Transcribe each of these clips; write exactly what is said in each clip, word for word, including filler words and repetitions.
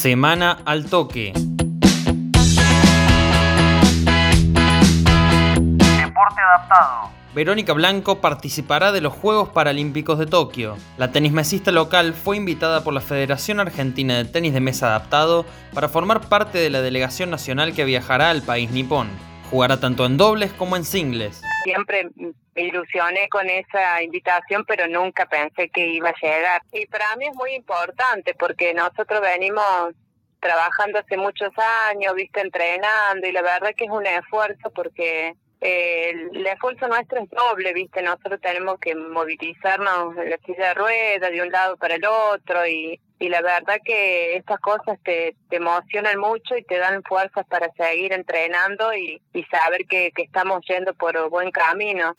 Semana al toque. Deporte adaptado. Verónica Blanco participará de los Juegos Paralímpicos de Tokio. La tenismesista local fue invitada por la Federación Argentina de Tenis de Mesa Adaptado para formar parte de la delegación nacional que viajará al país nipón. Jugará tanto en dobles como en singles. Siempre me ilusioné con esa invitación, pero nunca pensé que iba a llegar. Y para mí es muy importante porque nosotros venimos trabajando hace muchos años, viste, entrenando, y la verdad que es un esfuerzo porque eh, el esfuerzo nuestro es doble, viste, nosotros tenemos que movilizarnos en la silla de ruedas de un lado para el otro y, y la verdad que estas cosas te, te emocionan mucho y te dan fuerzas para seguir entrenando y, y saber que, que estamos yendo por buen camino.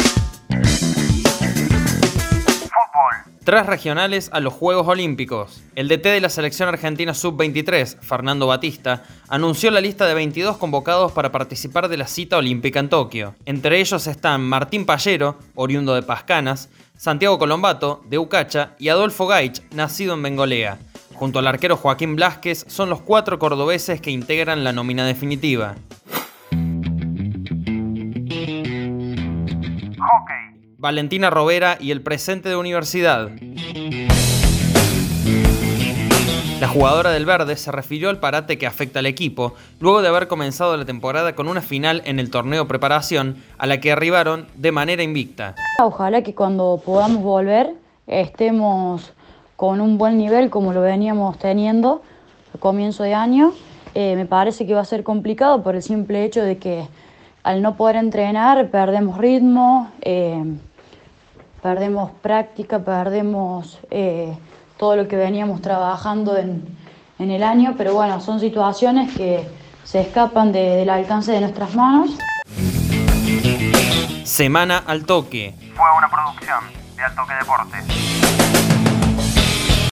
Tres regionales a los Juegos Olímpicos. El D T de la selección argentina sub veintitrés, Fernando Batista, anunció la lista de veintidós convocados para participar de la cita olímpica en Tokio. Entre ellos están Martín Pallero, oriundo de Pascanas, Santiago Colombato, de Ucacha, y Adolfo Gaich, nacido en Bengolea. Junto al arquero Joaquín Blázquez, son los cuatro cordobeses que integran la nómina definitiva. Hockey. Valentina Rovera y el presente de Universidad. La jugadora del verde se refirió al parate que afecta al equipo, luego de haber comenzado la temporada con una final en el torneo preparación, a la que arribaron de manera invicta. Ojalá que cuando podamos volver estemos con un buen nivel como lo veníamos teniendo a comienzo de año. Eh, me parece que va a ser complicado por el simple hecho de que al no poder entrenar perdemos ritmo, eh, perdemos práctica, perdemos eh, todo lo que veníamos trabajando en, en el año, pero bueno, son situaciones que se escapan de, del alcance de nuestras manos. Semana al toque. Fue una producción de Al Toque Deportes.